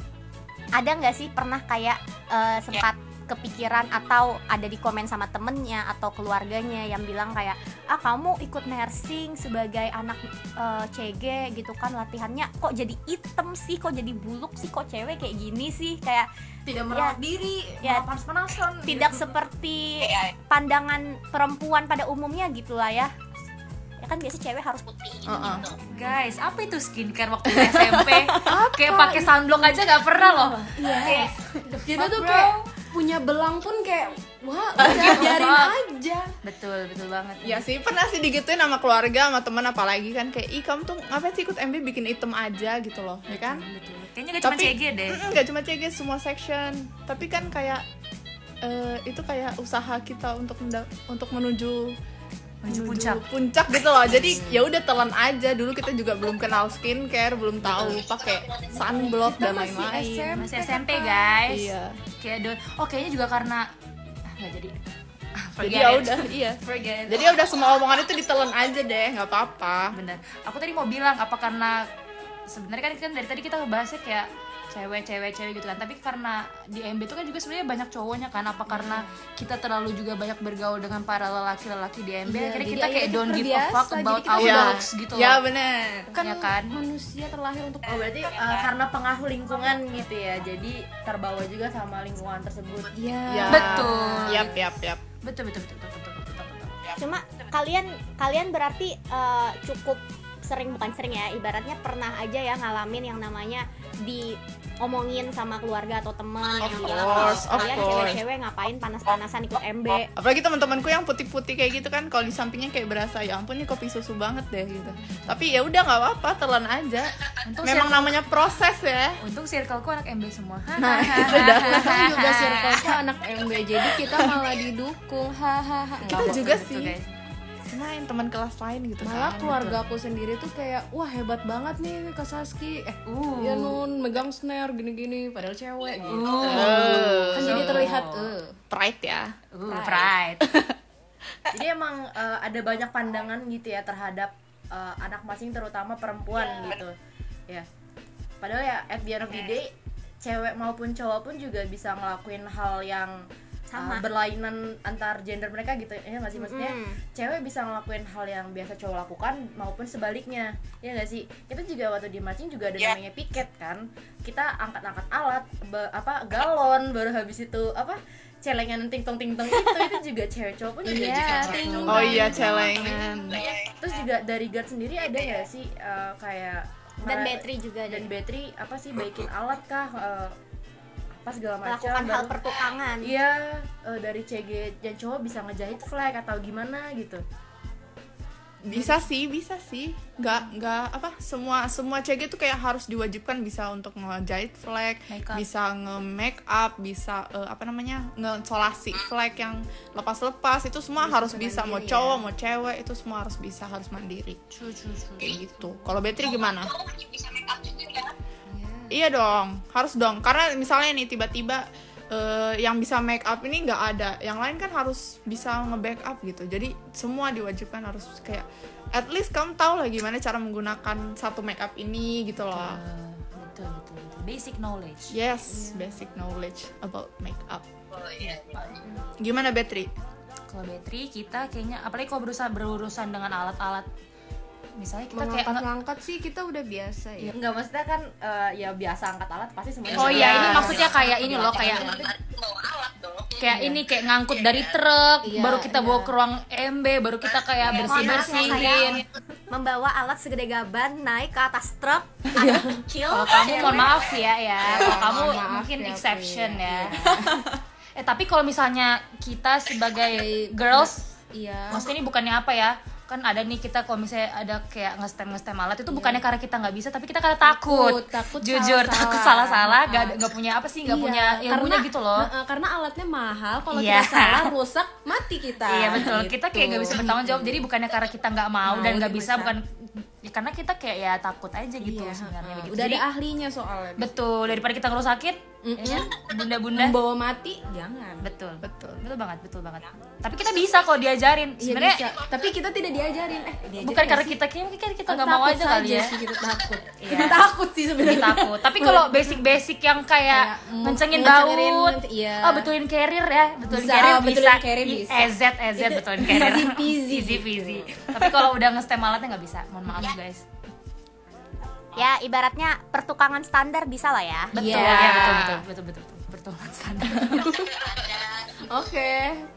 ada nggak sih pernah kayak eh, sempat kepikiran atau ada di komen sama temennya atau keluarganya yang bilang kayak ah kamu ikut nursing sebagai anak eh, C G gitu kan latihannya kok jadi item sih, kok jadi buluk sih, kok cewek kayak gini sih, kayak Tidak merawat diri, Ya. malah panas-panasan. tidak gitu. seperti Kayak pandangan perempuan pada umumnya gitu lah ya. Ya kan biasa cewek harus putih gitu. Uh-uh. Guys, apa itu skincare waktu S M P? Kayak pakai sunblock aja nggak pernah loh. Iya. Kita tuh kayak punya belang pun kayak wah udah biarin aja. Betul betul banget. Ya sih, pernah sih digituin sama keluarga, sama teman apalagi kan kayak ih kamu tuh ngapain sih ikut M B bikin item aja gitu loh, ya kan? Betul. Kayaknya gak cuma C G deh. mm, nggak cuma C G, semua section. Tapi kan kayak eh, itu kayak usaha kita untuk menda- untuk menuju Menuju puncak. puncak gitu loh. Jadi ya udah telan aja. Dulu kita juga belum kenal skincare, belum tahu pakai sunblock dan lain-lain. Masih S M P guys. Iya. Kayak do- oh kayaknya juga karena ah nggak jadi. Ah, Jadi forget ya it. udah, iya. Forget it. Jadi ya udah semua omongan itu ditelan aja deh, nggak apa-apa. Bener. Aku tadi mau bilang apa karena sebenarnya kan, kan dari tadi kita ngebahasnya kayak cewek cewek cewek gitu kan, tapi karena di M B itu kan juga sebenarnya banyak cowoknya kan, apa karena kita terlalu juga banyak bergaul dengan para lelaki lelaki di M B, Iya, akhirnya jadi kita kayak akhirnya don't give a terbiasa, fuck jadi about kita our Iya. looks gitu Ya loh. bener. Kan, Ya kan? manusia terlahir untuk Oh berarti uh, karena pengaruh lingkungan gitu ya, jadi terbawa juga sama lingkungan tersebut. Iya. Ya. Betul. Yap, yap, yap. Betul betul betul betul betul betul. betul, betul. cuma kalian kalian berarti eh, cukup sering, bukan sering ya, ibaratnya pernah aja ya ngalamin yang namanya diomongin sama keluarga atau teman Of yang bilang course, of kalian course. cewek-cewek ngapain panas-panasan ikut M B. Apalagi teman-temanku yang putih-putih kayak gitu kan, kalau di sampingnya kayak berasa ya ampun ini kopi susu banget deh gitu. Tapi ya udah nggak apa-apa, telan aja. Untung memang circle- namanya proses ya. Untung circleku anak M B semua. Nah itu dah. Untung juga circleku anak M B, jadi kita malah didukung. Hahaha. Kita Nggak juga Betul, sih. guys. Cuma yang teman kelas lain gitu Malah kan. keluarga aku sendiri tuh kayak wah hebat banget nih Kak Saski. Eh, Uh. ya nun megang snare gini-gini padahal cewek gitu. Eh, Kan jadi terlihat eh pride ya. Uh, pride. Jadi emang eh, ada banyak pandangan gitu ya terhadap eh, anak masing terutama perempuan gitu ya. Padahal ya at the end of the day cewek maupun cowok pun juga bisa ngelakuin hal yang Sama. uh, berlainan antar gender mereka gitu ya nggak sih, maksudnya Mm. cewek bisa ngelakuin hal yang biasa cowok lakukan maupun sebaliknya ya nggak sih. Kita juga waktu di marching juga ada Ya. namanya piket kan, kita angkat-angkat alat be- apa galon, baru habis itu apa celengan ting tong ting tong itu itu juga cewek cowok pun juga Iya, bisa ting ngelakuin. Oh iya celengan. Terus juga dari guard sendiri ada nggak sih uh, kayak Dan mere- battery juga ada. dan battery apa sih baikin alat kah uh, apa segala macam Melakukan hal baru- pertukangan. iya uh, dari C G dan cowok bisa ngejahit flag atau gimana gitu. Bisa sih, bisa sih. Nggak, nggak apa semua semua C G tuh kayak harus diwajibkan bisa untuk ngejahit flag, Make up. bisa nge-make up, bisa eh, apa namanya ngesolasi flag yang lepas-lepas itu semua harus bisa. Mau cowok mau cewek itu semua harus bisa, harus mandiri. True, true, true. Kayak gitu. Kalau Betri gimana? Cowok wajib bisa make up juga ya. Iya dong, harus dong. Karena misalnya nih tiba-tiba eh, yang bisa make up ini nggak ada, yang lain kan harus bisa nge-backup gitu. Jadi semua diwajibkan harus kayak at least kamu tahu lah gimana cara menggunakan satu make up ini gitu loh. Uh, betul, betul, betul. Basic knowledge. Yes, basic knowledge about make up. Oh iya. Gimana Betri? Kalau battery kita kayaknya apalagi kalau berusaha berurusan dengan alat-alat, misalnya kita kayak nge- mengangkat-ngangkat sih kita udah biasa ya. Enggak, maksudnya kan uh, ya biasa angkat alat pasti semuanya. oh bisa. iya ini maksudnya kayak ini loh kayak Bawa alat dong. kayak ini kayak ngangkut dari truk, Iya, baru kita iya. bawa ke ruang M B, baru kita kayak bersih bersihin. Membawa alat segede gaban naik ke atas truk, anak kecil. Kalau kamu mohon maaf ya ya, kalau kamu mohon maaf mungkin ya, exception Pri. ya. Eh tapi kalau misalnya kita sebagai girls, Iya. maksudnya ini bukannya apa ya? Kan ada nih kita kalau misalnya ada kayak nge-stem nge-stem alat itu bukannya karena kita nggak bisa, tapi kita karena takut. Takut, takut Jujur salah-salah. takut salah-salah, nggak ada- nggak punya apa sih, nggak Iya, punya ilmunya karena- gitu loh. Heeh, karena alatnya mahal, kalau Iya. kita salah rusak mati kita. Iya betul, Gitu. kita kayak nggak bisa bertanggung jawab. Jadi bukannya karena kita nggak mau, Mau dan nggak jadi bisa, bisa. bukan ya, karena kita kayak ya takut aja gitu Iya, sebenarnya. heeh. Begitu. Udah Jadi, ada ahlinya soalnya. betul, daripada kita ngerusakin, ya kan? Bunda-bunda. Membawa mati jangan. Betul, Betul. betul banget, betul banget. Tapi kita bisa kok diajarin. Iya Sebenarnya bisa, tapi kita tidak diajarin. Eh, diajarin bukan karena nggak sih? kita kayak mungkin kita Oh, nggak mau takut aja kali ya. sih, kita takut. Iya. Takut sih Kita sebenarnya. takut. Tapi kalau basic-basic yang kayak Kayak, mm, ngencengin ngecengerin, baut, iya. oh betulin carrier ya, betulin Bisa, carrier betulin bisa, carrier I- bisa. E Z E Z Itu betulin carrier, easy peasy. easy peasy. Tapi kalau udah nge-stem alatnya nggak bisa, mohon maaf guys. Ya ibaratnya pertukangan standar bisa lah ya. Betul, Iya. ya betul betul betul betul betul betul standar. Oke.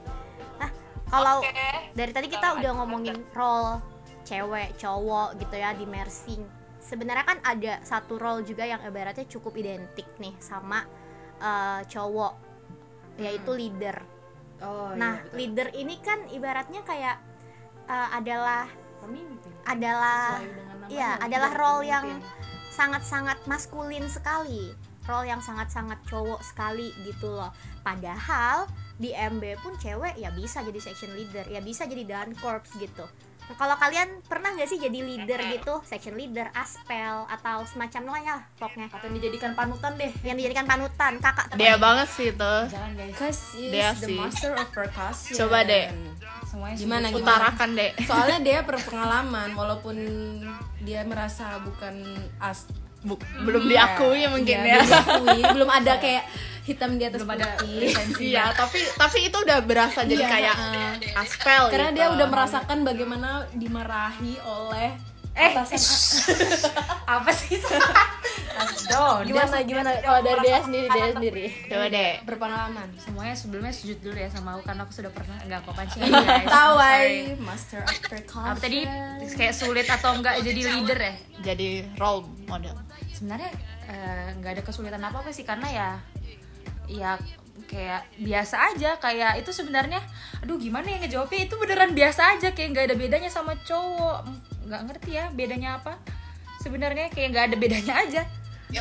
Kalau Oke. dari tadi kita udah ngomongin role cewek, cowok gitu ya di mersing. Sebenarnya kan ada satu role juga yang ibaratnya cukup identik nih sama eh, cowok, yaitu leader. Oh, Nah, iya, betul. leader ini kan ibaratnya kayak eh, adalah Pemimpin. adalah Sesuai dengan namanya, iya, leader, adalah role yang pemimpin. sangat-sangat maskulin sekali, role yang sangat-sangat cowok sekali gitu loh. Padahal di M B pun cewek ya bisa jadi section leader, ya bisa jadi dan corps gitu. Nah, kalau kalian pernah nggak sih jadi leader gitu, section leader, aspel atau semacamnya lah pokoknya Atau dijadikan panutan deh. yang dijadikan panutan kakak teman. Dia banget sih itu. Jangan guys, Cause is Dia the sih. master of percussion. Coba, Dek. semuanya Gimana sudah- gimana? Utarakan deh. Soalnya dia berpengalaman walaupun dia merasa bukan as Bu- belum diakui mungkin Iya, ya. belum diakui, belum ada kayak hitam di atas belum ada putih. lisensi. Iya, tapi tapi itu udah berasa jadi Iya, kayak heeh. aspel Karena gitu. dia udah merasakan bagaimana dimarahi oleh Eh, atasan. apa sih? Aduh, Gimana gimana kalau dari dia sendiri, dia sendiri. Coba deh. Berpengalaman. semuanya sebelumnya sujud dulu ya sama aku karena aku sudah pernah enggak kok pancing aja guys. Tawai, Sorry. master of percussion. Apa tadi kayak sulit atau enggak jadi leader ya? Jadi role model. Sebenarnya eh, nggak ada kesulitan apa apa sih karena ya ya kayak biasa aja, kayak itu sebenarnya aduh gimana ya ngejawabnya, itu beneran biasa aja, kayak nggak ada bedanya sama cowok, nggak ngerti ya bedanya apa. sebenarnya kayak nggak ada bedanya aja. Ya,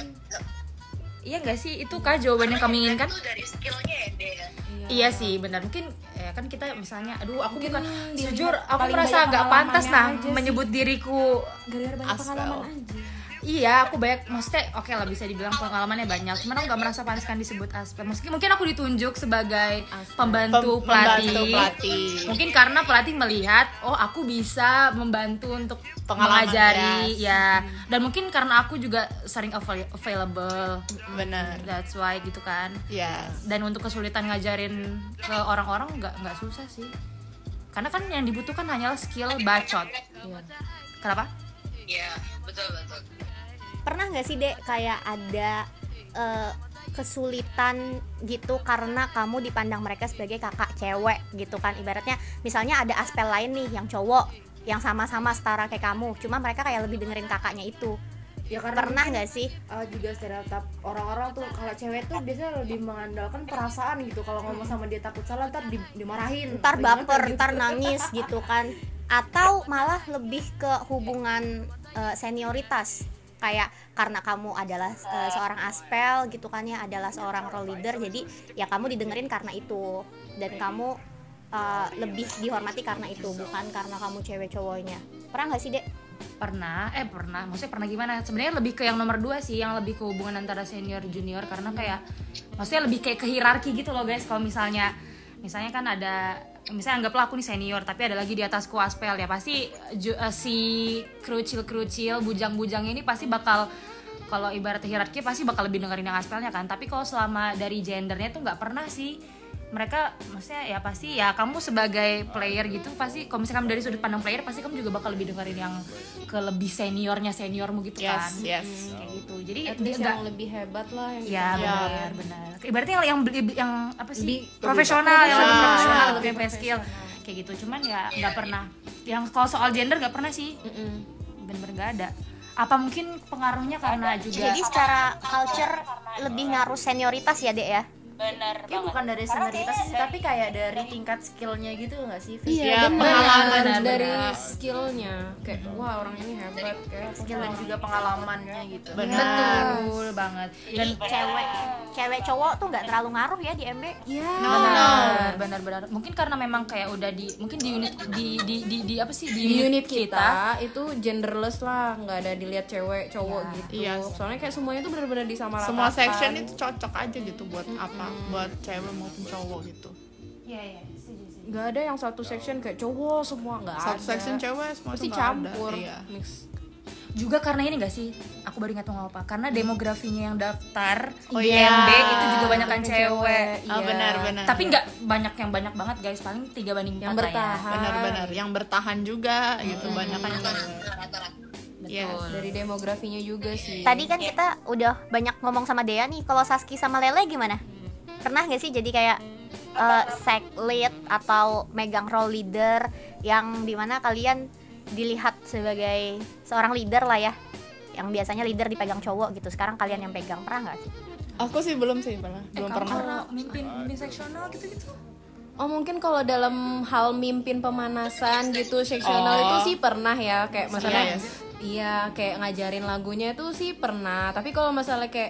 Iya nggak sih, itu kah jawaban yang kami inginkan? itu dari skillnya ya deh. Iya sih benar, mungkin ya kan kita misalnya aduh aku Mungkin bukan dilihat jujur aku paling merasa banyak nggak pantas nah pengalamannya aja sih. menyebut diriku. Gara-gara banyak Aspel. pengalaman aja. Iya, aku banyak, maksudnya oke lah bisa dibilang pengalamannya banyak. Cuman aku nggak merasa pantas kan disebut aspek. Mungkin mungkin aku ditunjuk sebagai Aspek. pembantu Pem- pelatih. pembantu pelatih. Mungkin karena pelatih melihat, oh aku bisa membantu untuk Pengalaman, mengajari, yes. ya. Dan mungkin karena aku juga sering avail- available. Benar. That's why gitu kan. Yes. Dan untuk kesulitan ngajarin ke orang-orang nggak nggak susah sih. Karena kan yang dibutuhkan hanyalah skill bacot. Iya. Kenapa? Iya, betul betul. Pernah nggak sih Dek kayak ada eh, kesulitan gitu karena kamu dipandang mereka sebagai kakak cewek gitu kan, ibaratnya misalnya ada aspel lain nih yang cowok yang sama-sama setara kayak kamu, cuma mereka kayak lebih dengerin kakaknya itu. Ya karena Pernah mungkin, nggak sih? uh, juga stereotip orang-orang tuh kalau cewek tuh biasanya lebih mengandalkan perasaan gitu, kalau ngomong sama dia takut salah ntar di- dimarahin, Ntar Gimana baper, gitu. ntar nangis gitu kan, atau malah lebih ke hubungan eh, senioritas, kayak karena kamu adalah eh, seorang aspel gitu kan ya, adalah seorang role leader, jadi ya kamu didengerin karena itu, dan kamu eh, lebih dihormati karena itu, bukan karena kamu cewek cowoknya. Pernah nggak sih Dek? Pernah, eh pernah, maksudnya pernah gimana? Sebenarnya lebih ke yang nomor dua sih, yang lebih ke hubungan antara senior junior, karena kayak, maksudnya lebih kayak ke hierarki gitu loh guys. Kalau misalnya, misalnya kan ada, misalnya anggaplah aku nih senior, tapi ada lagi di atasku aspel, ya pasti ju- eh, si krucil-krucil, bujang-bujang ini pasti bakal, kalau ibarat hierarki pasti bakal lebih dengerin yang aspelnya kan. Tapi kalau selama dari gendernya tuh nggak pernah sih. Mereka maksudnya ya pasti ya kamu sebagai player gitu pasti kalau misalnya kamu dari sudut pandang player pasti kamu juga bakal lebih dengerin yang ke lebih seniornya seniormu gitu kan. Yes, yes. Kayak gitu. Jadi At dia least nggak yang lebih hebat lah yang ya kita benar bayar. benar. Ibaratnya yang yang beli yang apa sih Lebih profesional yang lebih profesional. profesional Ah, lebih lebih punya skill kayak gitu. Cuman ya nggak pernah. Yang kalau soal gender nggak pernah sih. Mm-mm. Bener-bener nggak ada. Apa mungkin pengaruhnya karena juga Jadi secara culture lebih ngaruh senioritas ya Dek ya? Benar Ya bukan dari senioritas sih, tapi kayak dari tingkat skillnya gitu nggak sih? Fis? Iya, Ya, benar. pengalaman Benar, dari benar. skillnya kayak wah orang ini hebat kayak Skill dan juga pengalamannya gitu. Benar. betul banget. Dan Cewek, cewek cowok tuh nggak terlalu ngaruh ya di M B. Iya. benar benar benar mungkin karena memang kayak udah di mungkin di unit di di di, di apa sih Di unit kita, itu genderless lah, nggak ada dilihat cewek cowok Iya. gitu. Iya. Soalnya kayak semuanya tuh benar-benar disamaratakan. Semua section itu cocok aja gitu buat apa? Buat cewek maupun cowok gitu. iya iya setuju sih. Nggak ada yang satu section kayak cowok semua, nggak ada. Satu section cewek semua pasti tuh nggak ada. campur, Iya. mix. Juga karena ini gak sih aku baru ingat mau apa karena demografinya yang daftar Oh di iya. M B itu juga banyak kan cewek. Oh, Iya. benar-benar. Tapi nggak banyak yang banyak banget guys, paling tiga banding Yang empat lah ya. bertahan. Benar-benar yang bertahan juga gitu banyak kan cewek. rata-rata. Yes. Dari demografinya juga sih. Tadi kan kita udah banyak ngomong sama Dea nih. Kalau Saski sama Lele gimana? Pernah nggak sih jadi kayak eh, sec lead atau megang role leader yang dimana kalian dilihat sebagai seorang leader lah ya, yang biasanya leader dipegang cowok gitu, sekarang kalian yang pegang, pernah nggak sih? Aku sih belum sih pernah, Eh, belum kamu pernah. pernah mimpin mimpin seksional gitu-gitu? Oh mungkin kalau dalam hal mimpin pemanasan gitu seksional Oh. itu sih pernah ya, kayak masalah Yes. iya kayak ngajarin lagunya itu sih pernah. Tapi kalau masalah kayak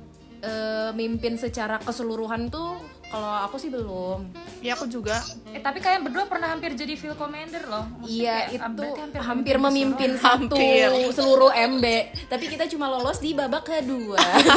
eh, mimpin secara keseluruhan tuh kalau aku sih belum. Ya aku juga. Eh tapi kalian berdua pernah hampir jadi field commander loh. Maksudnya Iya kayak, itu berarti hampir, memimpin keseluruhan. satu Hampir. seluruh M B. Tapi kita cuma lolos di babak kedua.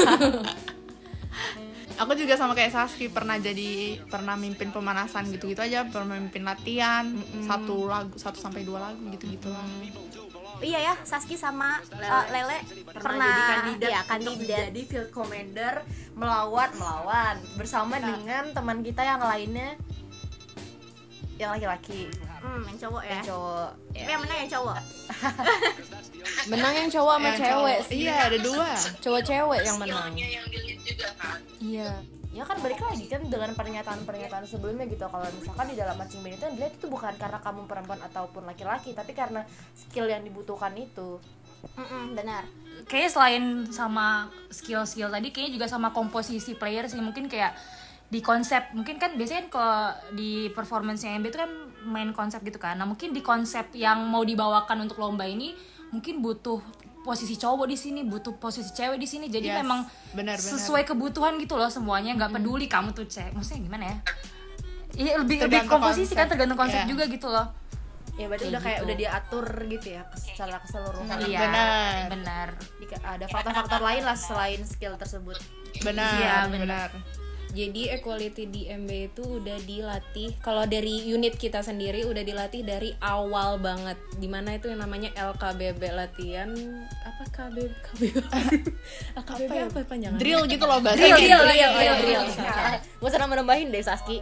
Aku juga sama kayak Saski pernah jadi pernah mimpin pemanasan gitu-gitu aja, pernah mimpin latihan satu lagu satu sampai dua lagu gitu-gitu lah. Iya ya, Saski sama eh, Lele pernah, pernah, jadi kandidat, ya, untuk kandidat. jadi field commander melawan melawan bersama Nah. dengan teman kita yang lainnya yang laki-laki, Hmm, yang cowok ya. yang cowok. Tapi yang mana yang cowok? Menang yang cowok sama Yang cewek cowok. sih. Iya, ada dua. Cowok cewek yang menang. Skillnya yang dilihat juga kan. Iya. Ya kan balik lagi kan dengan pernyataan-pernyataan sebelumnya gitu, kalau misalkan di dalam marching band itu yang dilihat itu bukan karena kamu perempuan ataupun laki-laki, tapi karena skill yang dibutuhkan itu. Mm-mm, benar. Kayaknya selain sama skill-skill tadi, kayaknya juga sama komposisi player sih. Mungkin kayak di konsep, mungkin kan biasanya kan kalau di performance-nya M B itu kan main konsep gitu kan. Nah mungkin di konsep yang mau dibawakan untuk lomba ini mungkin butuh posisi cowok di sini, butuh posisi cewek di sini. Jadi Yes, memang benar, benar. sesuai kebutuhan gitu loh semuanya, nggak peduli kamu tuh cewek. Maksudnya gimana ya? Iya, lebih lebih Tergantung komposisi konsep. kan, tergantung konsep Iya. juga gitu loh. Ya berarti Kayak udah kayak gitu. udah diatur gitu ya secara keseluruhan. Iya, Benar. benar. Di- ada faktor-faktor lain lah selain skill tersebut. Benar, Iya, benar. Jadi equality di M B itu udah dilatih. Kalau dari unit kita sendiri udah dilatih dari awal banget. Dimana itu yang namanya L K B B, latihan apa K B B K B B L K B B apa panjangan? Drill gitu loh Drill, bahasanya. drill, drill, drill, drill, drill. Gue senang menambahin deh Saski.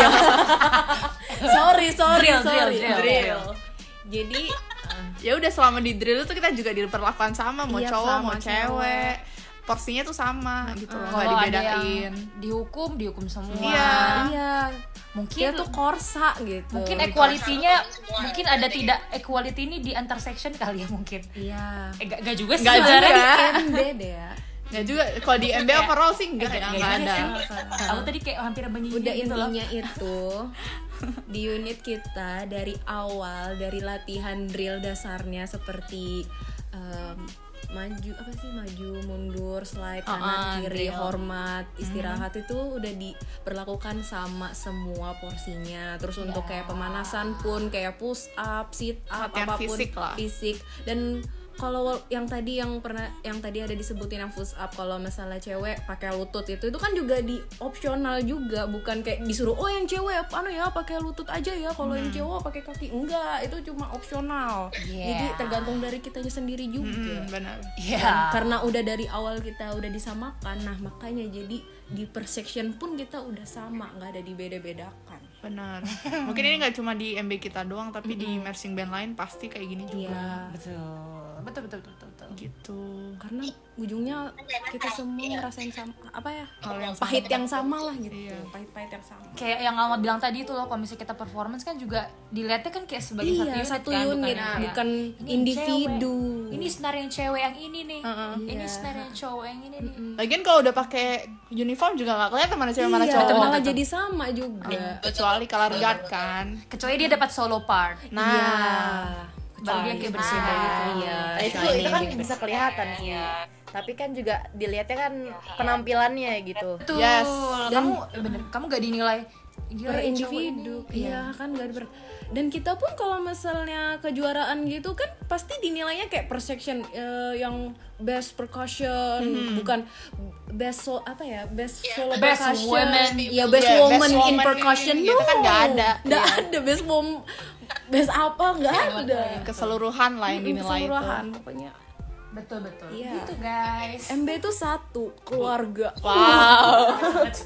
sorry sorry Drill, drill, sorry drill. drill. Jadi Ya udah selama di drill tuh kita juga diperlakukan sama, mau Iya, cowok sama mau cewek. Porsinya tuh sama gitu loh, nggak Kalau ada yang dibedain. dihukum, dihukum semua. Iya. iya Mungkin kita tuh korsa gitu. mungkin equality-nya mungkin ada tidak equality ini di antar section kali ya mungkin. Iya. Eh, gak, gak juga sih Nggak sebenarnya. juga. M B deh ya. Nggak juga kalau di M B overall sih enggak Eh, ya, nggak nggak juga ada. sih. Aku tadi kayak hampir menyindir Udah gitu loh. intinya itu di unit kita dari awal, dari latihan drill dasarnya seperti em, maju apa sih maju mundur slide kanan Uh-uh, kiri drill. hormat istirahat itu udah diperlakukan sama semua porsinya. Terus untuk kayak pemanasan pun kayak push up, sit up, Latihan apapun fisik lah. fisik. Dan kalau yang tadi yang pernah yang tadi ada disebutin yang push up, kalau misalnya cewek pakai lutut itu itu kan juga di opsional juga, bukan kayak disuruh oh yang cewek anu ya pakai lutut aja ya, kalau yang cowok pakai kaki enggak, itu cuma opsional. Jadi tergantung dari kitanya sendiri juga. Hmm, benar. Iya. Dan karena udah dari awal kita udah disamakan, nah makanya jadi di per section pun kita udah sama, nggak ada dibeda-bedakan. Benar. Mungkin ini nggak cuma di M B kita doang, tapi di marching band lain pasti kayak gini juga. Iya. Betul. Betul betul betul betul. Gitu. Karena ujungnya kita semua ngerasain sama apa ya, Hal yang pahit yang sama lah gitu. Iya. Pahit-pahit yang sama. Kayak yang Alma bilang tadi itu loh, kalau misalnya kita performance kan juga dilihatnya kan kayak sebagai Iya, satu satu unit, kan, unit, bukan, kayak, bukan ini individu. cewek, ini senar yang cewek yang ini nih, ini Iya. senar yang cowok yang ini nih. Lagian kalau udah pakai uniform juga nggak kelihatan mana cewek mana Iya, cowok. malah jadi sama juga. Kecuali color guard kan. Kecuali dia dapat solo part, Nah, Iya. baru dia kayak bersinar gitu. Iya, Nah, itu shining itu kan gitu. bisa kelihatan sih. Tapi kan juga dilihatnya kan penampilannya gitu. Betul. Yes. Kamu eh, bener, kamu gak dinilai gila, per ya, cowok individu. ini. Iya, kan gak ada ber- dan kita pun kalau misalnya kejuaraan gitu kan pasti dinilainya kayak per section, eh, yang best percussion, bukan best so apa ya, best solo Best percussion. women. Iya, best Iya, woman best in woman percussion. gitu kan nggak ada. Nggak ada best wom best apa nggak ada. keseluruhan lah yang dinilai itu. Keseluruhan pokoknya. Betul betul. Iya. Gitu guys. M B itu satu keluarga. Wow.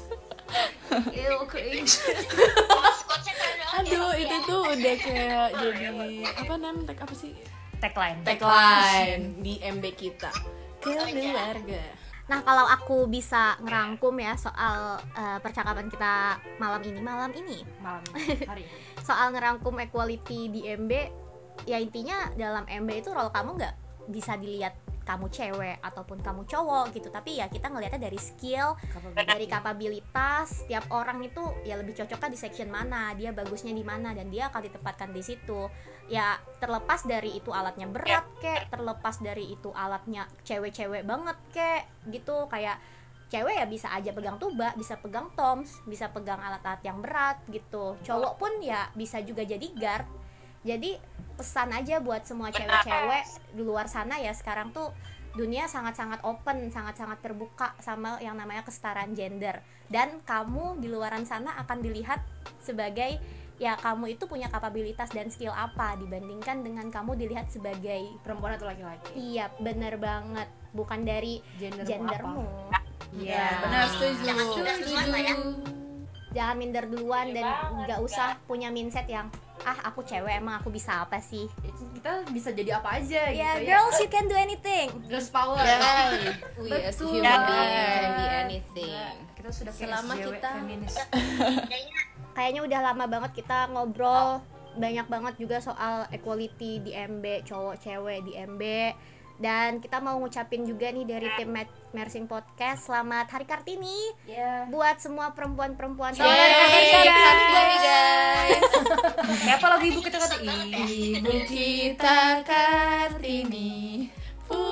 Ew, cringe. Quotes-quotesnya keren banget ya. Aduh, itu tuh udah kayak jadi apa namanya tag apa sih? Tagline. Tagline di M B kita. Keluarga. Nah, kalau aku bisa ngerangkum ya soal eh, percakapan kita malam ini, malam ini, Malam ini, hari ini. soal ngerangkum equality di M B, ya intinya dalam M B itu role kamu nggak bisa dilihat kamu cewek ataupun kamu cowok gitu, tapi ya kita ngelihatnya dari skill, dari kapabilitas. Tiap orang itu ya lebih cocoknya di section mana, dia bagusnya di mana, dan dia akan ditempatkan di situ. Ya terlepas dari itu alatnya berat kek, terlepas dari itu alatnya cewek-cewek banget kek gitu. Kayak cewek ya bisa aja pegang tuba, bisa pegang toms, bisa pegang alat-alat yang berat gitu. Cowok pun ya bisa juga jadi guard. Jadi pesan aja buat semua cewek-cewek di luar sana ya, sekarang tuh dunia sangat-sangat open, sangat-sangat terbuka sama yang namanya kesetaraan gender. Dan kamu di luaran sana akan dilihat sebagai ya kamu itu punya kapabilitas dan skill apa dibandingkan dengan kamu dilihat sebagai Perempuan atau laki-laki? iya bener banget, bukan dari Gendermu gendermu. Iya. Benar, setuju. Jangan minder duluan dan nggak usah punya mindset yang ah aku cewek emang aku bisa apa sih. Kita bisa jadi apa aja Ya gitu girls you can do anything. Girls power. Oh yes, Betul. human being can be anything. Kita sudah kayak Selama S J W kita- feminis. Kayaknya udah lama banget kita ngobrol banyak banget juga soal equality di M B, cowok cewek di M B. Dan kita mau ngucapin juga nih dari tim Mat- Mersing Podcast, selamat Hari Kartini Iya. buat semua perempuan-perempuan. Selamat Hari Kartini, guys. Kayak apa lagu ibu kita kata ibu Ibu kita Kartini,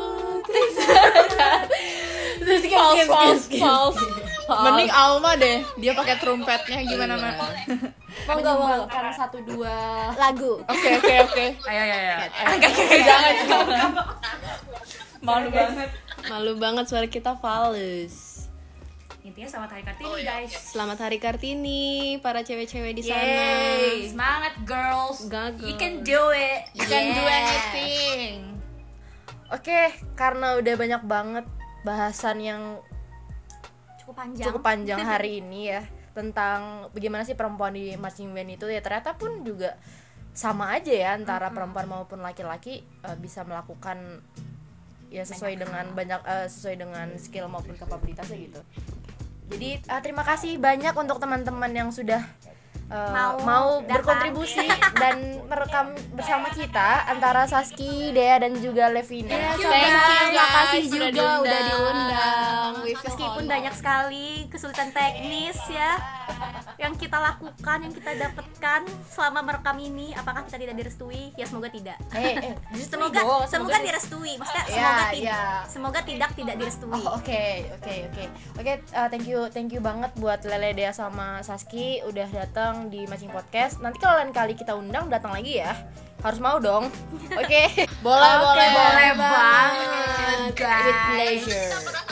false, false, false. Mending Alma deh, dia pakai trumpetnya gimana Mak? Monggo monggo kan satu dua Lagu. Oke oke oke. Ayo ayo ayo. Jangan jangan. Malu banget. Malu banget suara kita fals. Intinya selamat hari Kartini guys. Selamat Hari Kartini para cewek-cewek di sana. Yeay, semangat girls. Gagal. You can do it. You can do anything. Oke, karena udah banyak banget bahasan yang Cukup panjang. cukup panjang hari ini ya tentang bagaimana sih perempuan di marching band itu, ya ternyata pun juga sama aja ya antara perempuan maupun laki-laki uh, bisa melakukan ya sesuai banyak dengan hal. banyak uh, sesuai dengan skill maupun kapabilitasnya gitu. Jadi uh, terima kasih banyak untuk teman-teman yang sudah uh, Mau mau datang. berkontribusi dan merekam bersama kita antara Saski, Dea dan juga Levina. Thank you, Thank you, Terima guys, kasih sudah juga diundang. udah diundang. We feel Meskipun honored. banyak sekali kesulitan teknis ya yang kita lakukan, yang kita dapatkan selama merekam ini, apakah kita tidak direstui? Ya semoga tidak. Eh, eh, justru Semoga dong, semoga di- direstui. Maksudnya Ya, semoga tidak. ya. Semoga tidak tidak direstui. Oh, oke oke oke oke uh, thank you thank you banget buat Lele, Dea sama Saski udah datang di Matching Podcast. Nanti kalau lain kali kita undang datang lagi ya, harus mau dong. Oke. Boleh Oke, boleh boleh banget. with guys. pleasure.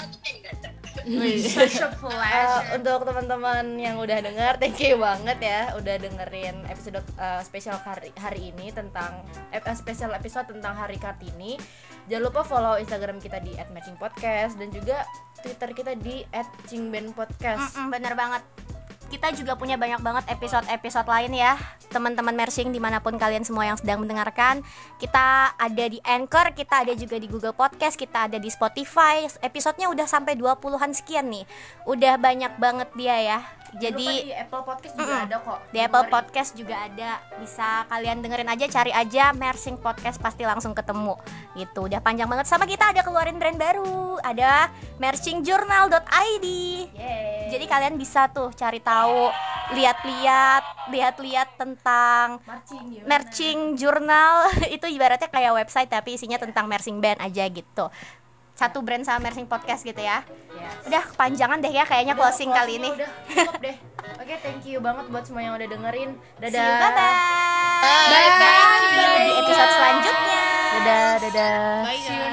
Such a pleasure. Uh, untuk teman-teman yang udah denger, thank you banget ya udah dengerin episode uh, spesial hari, hari ini tentang eh, spesial episode tentang Hari Kartini. Jangan lupa follow Instagram kita di et matching podcast dan juga Twitter kita di et cingbenpodcast. Mm-mm, bener banget. Kita juga punya banyak banget episode-episode lain ya, teman-teman Mersing dimanapun kalian semua yang sedang mendengarkan. Kita ada di Anchor, kita ada juga di Google Podcast, kita ada di Spotify. Episodenya udah sampai dua puluhan sekian nih. Udah banyak banget dia ya. Jadi Jadi di Apple Podcast juga Mm-mm. ada kok. di Apple Podcast juga ada. Bisa kalian dengerin aja, cari aja Mersing Podcast, pasti langsung ketemu. Gitu. Udah panjang banget. Sama kita ada keluarin brand baru. Ada mersing journal dot i d. Yeay. Jadi kalian bisa tuh cari tahu, lihat-lihat, lihat-lihat tentang marching gimana? Mersing Journal. Itu ibaratnya kayak website tapi isinya tentang Mersing Band aja gitu. Satu brand sama Mersing Podcast gitu ya. Yes. Udah kepanjangan deh ya kayaknya Udah, closing kali ini. Udah cukup deh. Oke, thank you banget buat semua yang udah dengerin. Dadah. See you, bye-bye. Bye bye. See you di episode selanjutnya. Dadah, dadah. Bye guys.